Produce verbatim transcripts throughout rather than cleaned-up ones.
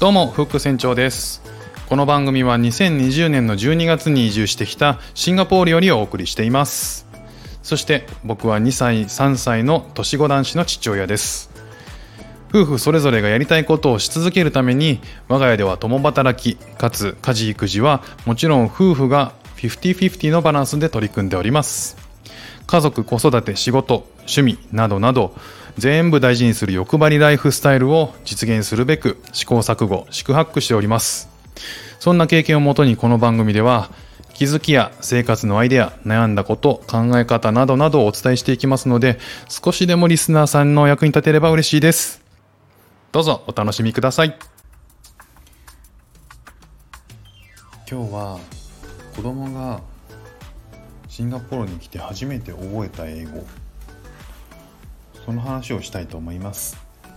どうもフック船長です。この番組はにせんにじゅうねんのじゅうにがつに移住してきたシンガポールよりお送りしています。そして僕はにさいさんさいの年子男子の父親です。夫婦それぞれがやりたいことをし続けるために、我が家では共働きかつ家事育児はもちろん夫婦がフィフティフィフティのバランスで取り組んでおります。家族、子育て、仕事、趣味などなど全部大事にする欲張りライフスタイルを実現するべく試行錯誤、四苦八苦しております。そんな経験をもとにこの番組では気づきや生活のアイデア、悩んだこと、考え方などなどをお伝えしていきますので、少しでもリスナーさんの役に立てれば嬉しいです。どうぞお楽しみください。今日は子供がシンガポールに来て初めて覚えた英語、その話をしたいと思います。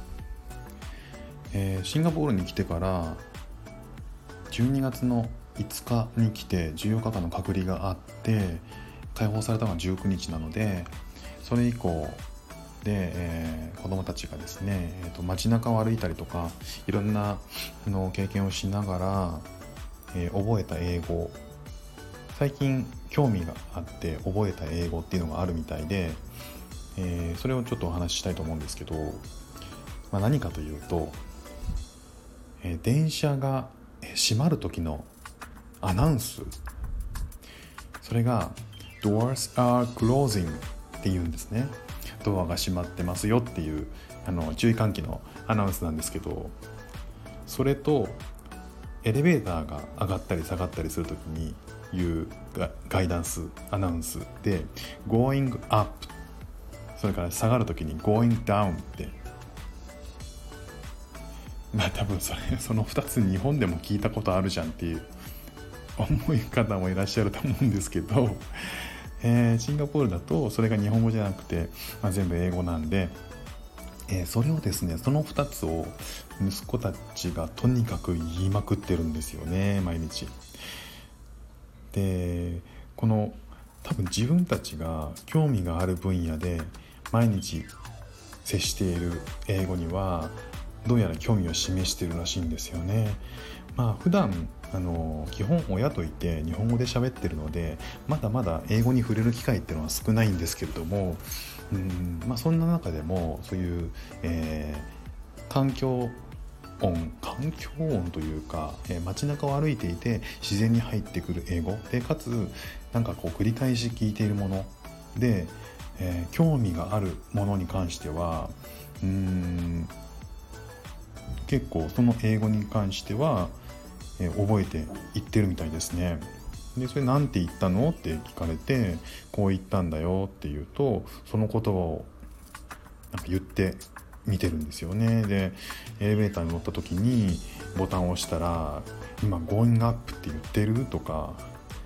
えー、シンガポールに来てからじゅうにがつのいつかに来てじゅうよっかかんの隔離があって解放されたのがじゅうくにちなので、それ以降で、えー、子どもたちがですね、えーと、街中を歩いたりとかいろんなの経験をしながら、えー、覚えた英語、最近興味があって覚えた英語っていうのがあるみたいで、えー、それをちょっとお話ししたいと思うんですけど、まあ、何かというと、えー、電車が閉まる時のアナウンス、それが Doors are closing っていうんですね。ドアが閉まってますよっていうあの注意喚起のアナウンスなんですけど、それとエレベーターが上がったり下がったりするときに言うガイダンスアナウンスで Going up、 それから下がるときに Going down って、まあ多分それそのふたつ日本でも聞いたことあるじゃんっていう思い方もいらっしゃると思うんですけど、えー、シンガポールだとそれが日本語じゃなくて、まあ、全部英語なんで、えー、それをですね、そのふたつを息子たちがとにかく言いまくってるんですよね、毎日。で、この多分自分たちが興味がある分野で毎日接している英語にはどうやら興味を示しているらしいんですよね。まあ普段あの基本親といて日本語で喋ってるので、まだまだ英語に触れる機会っていうのは少ないんですけれども、うん、まあ、そんな中でもそういう、えー、環境音環境音というか、えー、街中を歩いていて自然に入ってくる英語で、かつなんかこう繰り返し聞いているもので、えー、興味があるものに関してはうーん結構その英語に関しては、えー、覚えていってるみたいですね。で、それなんて言ったのって聞かれて、こう言ったんだよって言うと、その言葉をなんか言ってみてるんですよね。で、エレベーターに乗った時にボタンを押したら、今 going up って言ってるとか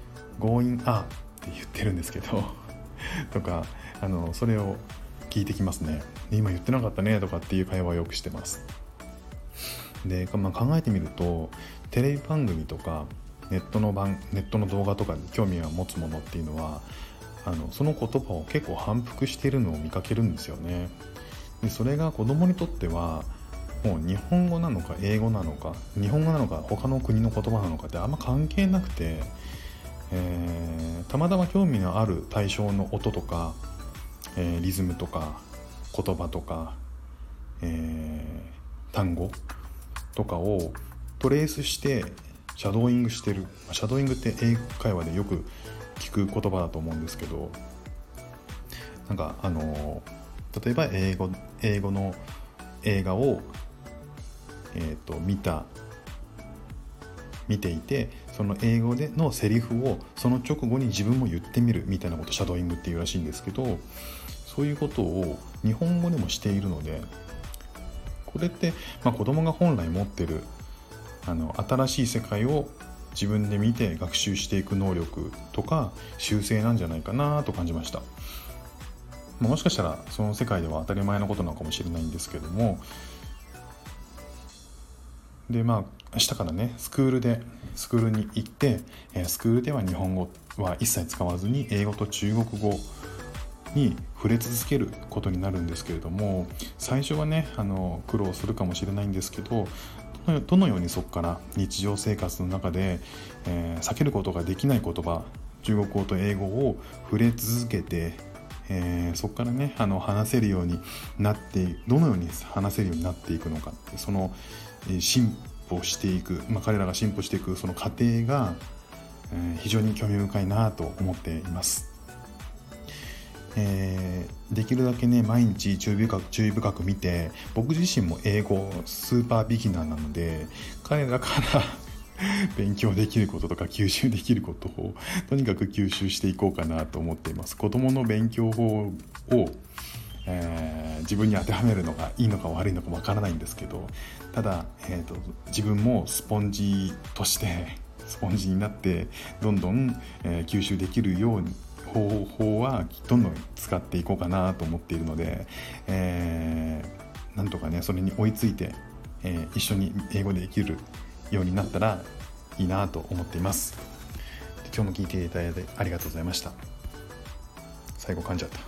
going up って言ってるんですけどとか、あのそれを聞いてきますね。で、今言ってなかったねとかっていう会話をよくしてます。で、まあ、考えてみるとテレビ番組とかネットの番ネットの動画とかに興味を持つものっていうのは、あのその言葉を結構反復しているのを見かけるんですよね。で、それが子供にとってはもう日本語なのか英語なのか、日本語なのか他の国の言葉なのかってあんま関係なくて、えー、たまたま興味のある対象の音とか、えー、リズムとか言葉とか、えー、単語とかをトレースしてシャドーイングしてる。シャドーイングって英会話でよく聞く言葉だと思うんですけど、なんかあの例えば英語英語の映画を、えーと、見た見ていて、その英語でのセリフをその直後に自分も言ってみるみたいなことをシャドーイングっていうらしいんですけど、そういうことを日本語でもしているので、これって、まあ、子供が本来持ってるあの新しい世界を自分で見て学習していく能力とか習性なんじゃないかなと感じました。もしかしたらその世界では当たり前のことなのかもしれないんですけども、で、まあ明日からねスクールでスクールに行って、スクールでは日本語は一切使わずに英語と中国語に触れ続けることになるんですけれども、最初はねあの苦労するかもしれないんですけど、とのどのようにそこから日常生活の中で、えー、避けることができない言葉、中国語と英語を触れ続けて、えー、そこからねあの話せるようになってどのように話せるようになっていくのかって、その、えー、進歩していく、まあ、彼らが進歩していくその過程が、えー、非常に興味深いなと思っています。えー、できるだけね毎日注意深く注意深く見て、僕自身も英語スーパービギナーなので、彼らから勉強できることとか吸収できることをとにかく吸収していこうかなと思っています。子どもの勉強法を、えー、自分に当てはめるのがいいのか悪いのかわからないんですけど、ただ、えーと、自分もスポンジとしてスポンジになってどんどん、えー、吸収できるように方法はどんどん使っていこうかなと思っているので、えー、なんとかねそれに追いついて、えー、一緒に英語でできるようになったらいいなと思っています。今日も聞いていただいてありがとうございました。最後噛んじゃった。